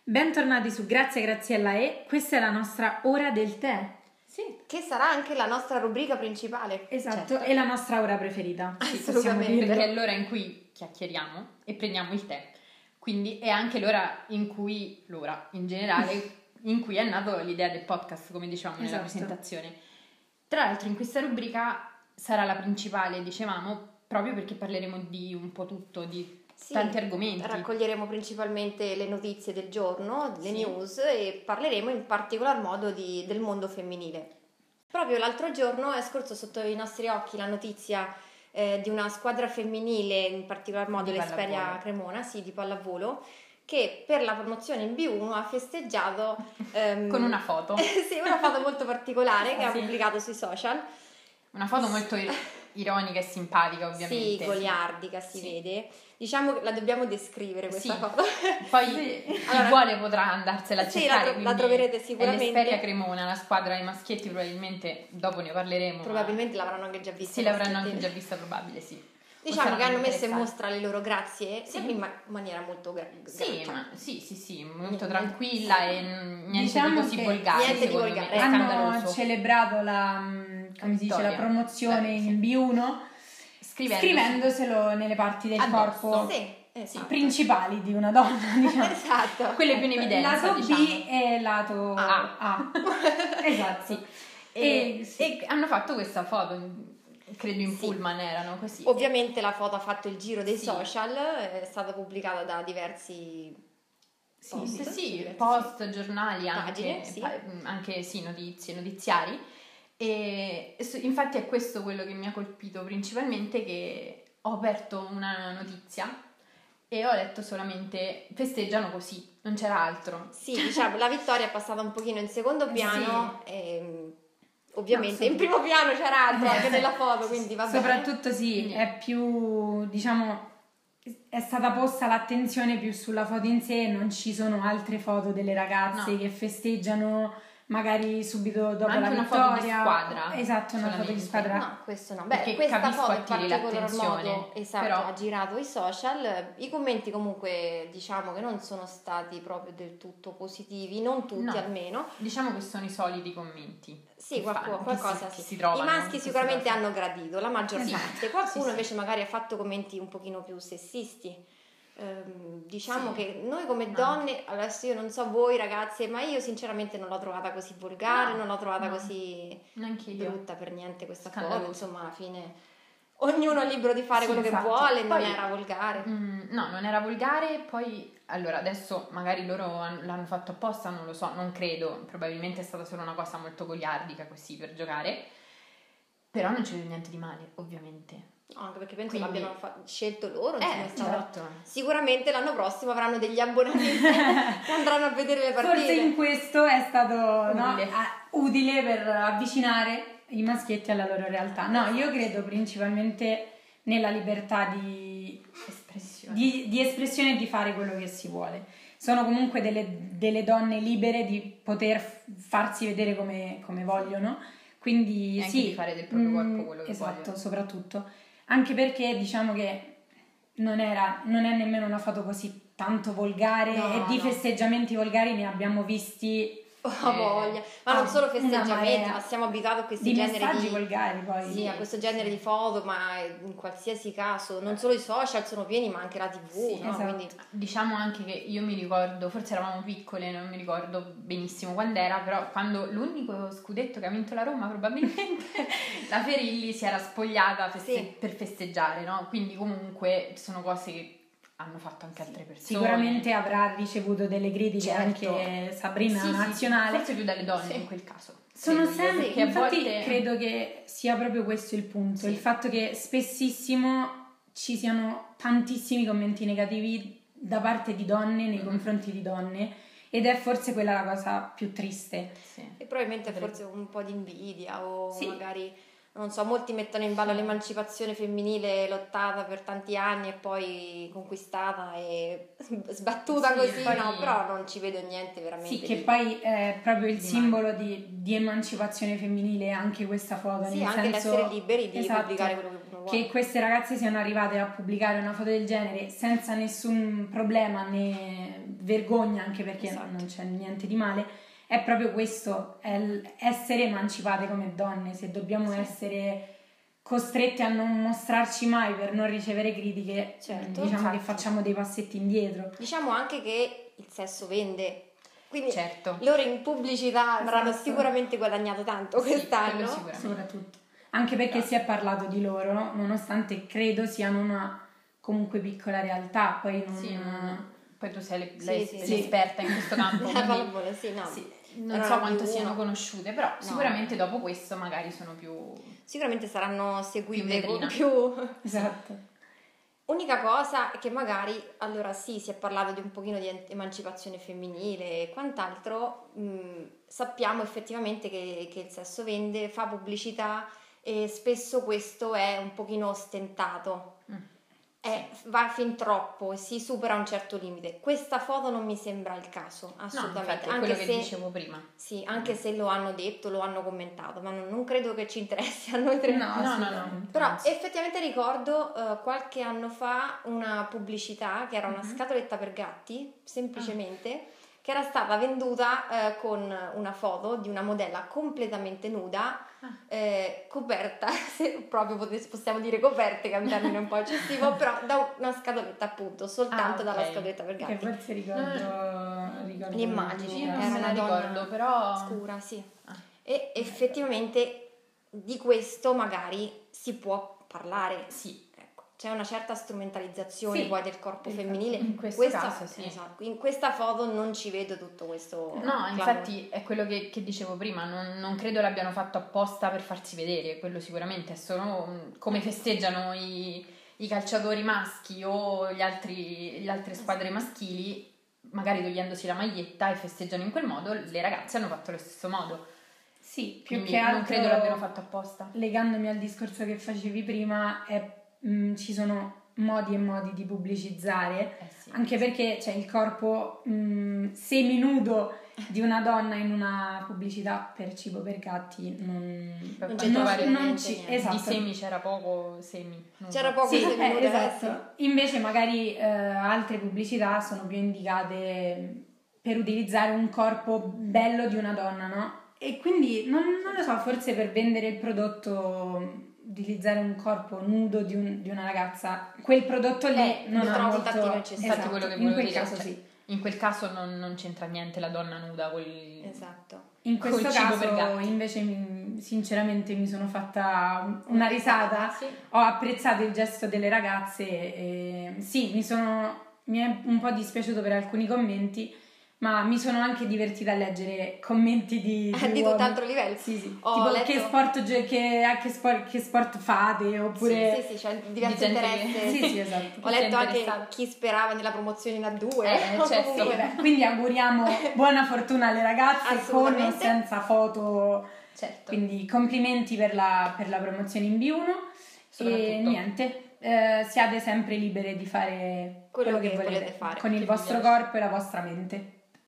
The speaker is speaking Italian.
Bentornati su Grazia Graziella e questa è la nostra ora del tè. Sì, che sarà anche la nostra rubrica principale. Esatto, certo. E la nostra ora preferita. Sì, assolutamente. Perché è l'ora in cui chiacchieriamo e prendiamo il tè. Quindi è anche l'ora in cui, in generale, in cui è nato l'idea del podcast, come dicevamo nella presentazione. Tra l'altro in questa rubrica sarà la principale, dicevamo, proprio perché parleremo di un po' tutto, di tanti argomenti. Raccoglieremo principalmente le notizie del giorno, le news, e parleremo in particolar modo del mondo femminile. Proprio l'altro giorno è scorso sotto i nostri occhi la notizia di una squadra femminile, in particolar modo l'Esperia Cremona, di pallavolo, che per la promozione in B1 ha festeggiato con una foto. Sì, una foto molto particolare che ha pubblicato sui social. Una foto molto ironica e simpatica, ovviamente. Sì, goliardica, si vede. Diciamo che la dobbiamo descrivere questa foto. Poi chi vuole potrà andarsela a cercare. La troverete sicuramente. È l'Esperia Cremona, la squadra dei maschietti, probabilmente dopo ne parleremo. Probabilmente l'avranno anche già vista. Sì, l'avranno anche già vista, probabile, sì. Diciamo che hanno messo in mostra le loro grazie in maniera molto sì, molto tranquilla e niente di così volgare. Niente di volgare. Hanno celebrato la promozione in B1 scrivendoselo nelle parti del corpo principali di una donna, diciamo. Esatto. Quelle più in evidenza, lato B e lato A. Esatto. Sì. E hanno fatto questa foto, credo in pullman erano così. Ovviamente la foto ha fatto il giro dei social, è stata pubblicata da diversi post, giornali, pagine, anche notizie, notiziari. E infatti è questo quello che mi ha colpito principalmente, che ho aperto una notizia e ho letto solamente festeggiano così, non c'era altro. Sì, diciamo la vittoria è passata un pochino in secondo piano. Ovviamente in primo piano c'era altro anche nella foto, quindi va bene. Soprattutto è più, diciamo, è stata posta l'attenzione più sulla foto in sé, non ci sono altre foto delle ragazze che festeggiano magari subito dopo la vittoria. Una foto di squadra. Esatto, una foto di squadra. No, questo no. Perché questa foto in attiri particolar l'attenzione, modo ha girato i social. I commenti comunque diciamo che non sono stati proprio del tutto positivi, non tutti almeno. Diciamo che sono i soliti commenti. Sì, qualcosa si trovano. I maschi sicuramente hanno gradito, la maggior parte. Qualcuno invece magari ha fatto commenti un pochino più sessisti. Diciamo che noi come donne, adesso io non so voi ragazze, ma io sinceramente non l'ho trovata così volgare, non l'ho trovata così brutta per niente questa foto, insomma alla fine ognuno è libero di fare quello che vuole, poi, non era volgare. No, non era volgare, poi allora adesso magari loro l'hanno fatto apposta, non lo so, non credo, probabilmente è stata solo una cosa molto goliardica così per giocare, però non c'è niente di male, ovviamente. No, anche perché penso l'abbiano scelto loro. Sicuramente l'anno prossimo avranno degli abbonamenti che andranno a vedere le partite. Forse in questo è stato utile per avvicinare i maschietti alla loro realtà. No, io credo principalmente nella libertà di espressione e di fare quello che si vuole. Sono comunque delle donne libere di poter farsi vedere come vogliono, quindi di fare del proprio corpo quello che vogliono. Esatto, soprattutto. Anche perché diciamo che non è nemmeno una foto così tanto volgare e di festeggiamenti volgari ne abbiamo visti voglia, ma non solo festeggiamenti, ma siamo abituati a questi generi messaggi volgari poi. Sì, a questo genere di foto, ma in qualsiasi caso, non solo i social sono pieni, ma anche la TV, no? Esatto. Quindi diciamo anche che io mi ricordo, forse eravamo piccole, non mi ricordo benissimo quando era, però quando l'unico scudetto che ha vinto la Roma probabilmente la Ferilli si era spogliata per festeggiare, no? Quindi comunque sono cose che hanno fatto anche altre persone. Sicuramente avrà ricevuto delle critiche anche Sabrina Nazionale. Forse più dalle donne in quel caso. Sono sempre che infatti credo che sia proprio questo il punto, il fatto che spessissimo ci siano tantissimi commenti negativi da parte di donne nei confronti di donne, ed è forse quella la cosa più triste. E probabilmente forse un po' di invidia o magari non so, molti mettono in ballo l'emancipazione femminile lottata per tanti anni e poi conquistata e sbattuta così, però non ci vedo niente veramente. Sì, che poi è proprio il simbolo di emancipazione femminile anche questa foto. Sì, nel anche senso, l'essere liberi di pubblicare quello che uno vuole. Che queste ragazze siano arrivate a pubblicare una foto del genere senza nessun problema né vergogna, anche perché non c'è niente di male, è proprio questo, è essere emancipate come donne. Se dobbiamo essere costrette a non mostrarci mai per non ricevere critiche, diciamo che facciamo dei passetti indietro. Diciamo anche che il sesso vende, quindi certo, loro in pubblicità avranno sicuramente guadagnato tanto quest'anno, soprattutto, anche perché si è parlato di loro, nonostante credo siano una comunque piccola realtà, poi poi tu sei l'esperta in questo campo, non so quanto siano conosciute, però sicuramente dopo questo magari sono più, sicuramente saranno seguite con più esatto. Unica cosa è che magari, allora sì, si è parlato di un pochino di emancipazione femminile e quant'altro, sappiamo effettivamente che il sesso vende, fa pubblicità e spesso questo è un pochino ostentato, va fin troppo e si supera un certo limite. Questa foto non mi sembra il caso, assolutamente. No, infatti, è quello che dicevo prima. Sì, anche se lo hanno detto, lo hanno commentato, ma non credo che ci interessi a noi tre. No. Però effettivamente ricordo qualche anno fa una pubblicità che era una scatoletta per gatti, semplicemente, che era stata venduta con una foto di una modella completamente nuda, coperta, se proprio possiamo dire coperte, che è un termine un po' eccessivo, però da una scatoletta, appunto, soltanto dalla scatoletta per gatti. Che forse ricordo le immagini, non me la ricordo, però scura, sì. E effettivamente di questo magari si può parlare, c'è una certa strumentalizzazione poi del corpo femminile. In questo caso esatto. In questa foto non ci vedo tutto questo. No, infatti è quello che dicevo prima, non credo l'abbiano fatto apposta per farsi vedere, quello sicuramente è solo come festeggiano i calciatori maschi o le altre squadre maschili, magari togliendosi la maglietta e festeggiano in quel modo. Le ragazze hanno fatto allo stesso modo. Sì, più quindi che altro non credo l'abbiano fatto apposta. Legandomi al discorso che facevi prima, ci sono modi e modi di pubblicizzare, anche perché c'è il corpo seminudo di una donna in una pubblicità per cibo per gatti esatto. Di semi c'era poco c'era poco semi esatto. Invece magari altre pubblicità sono più indicate per utilizzare un corpo bello di una donna, no? E quindi non lo so, forse per vendere il prodotto, utilizzare un corpo nudo di una ragazza, quel prodotto lì non ha molto infatti quello che volevo dire, in quel caso non c'entra niente la donna nuda in questo caso invece sinceramente mi sono fatta una risata, ho apprezzato il gesto delle ragazze e mi è un po' dispiaciuto per alcuni commenti, ma mi sono anche divertita a leggere commenti di tutt'altro livello. Tipo letto... che sport fate, oppure c'è diverso interesse. Esatto. Ho letto anche chi sperava nella promozione in A2. Certo. Quindi auguriamo buona fortuna alle ragazze con o senza foto. Certo. Quindi complimenti per la promozione in B1 e niente. Siate sempre libere di fare quello che volete fare con il vostro corpo e la vostra mente.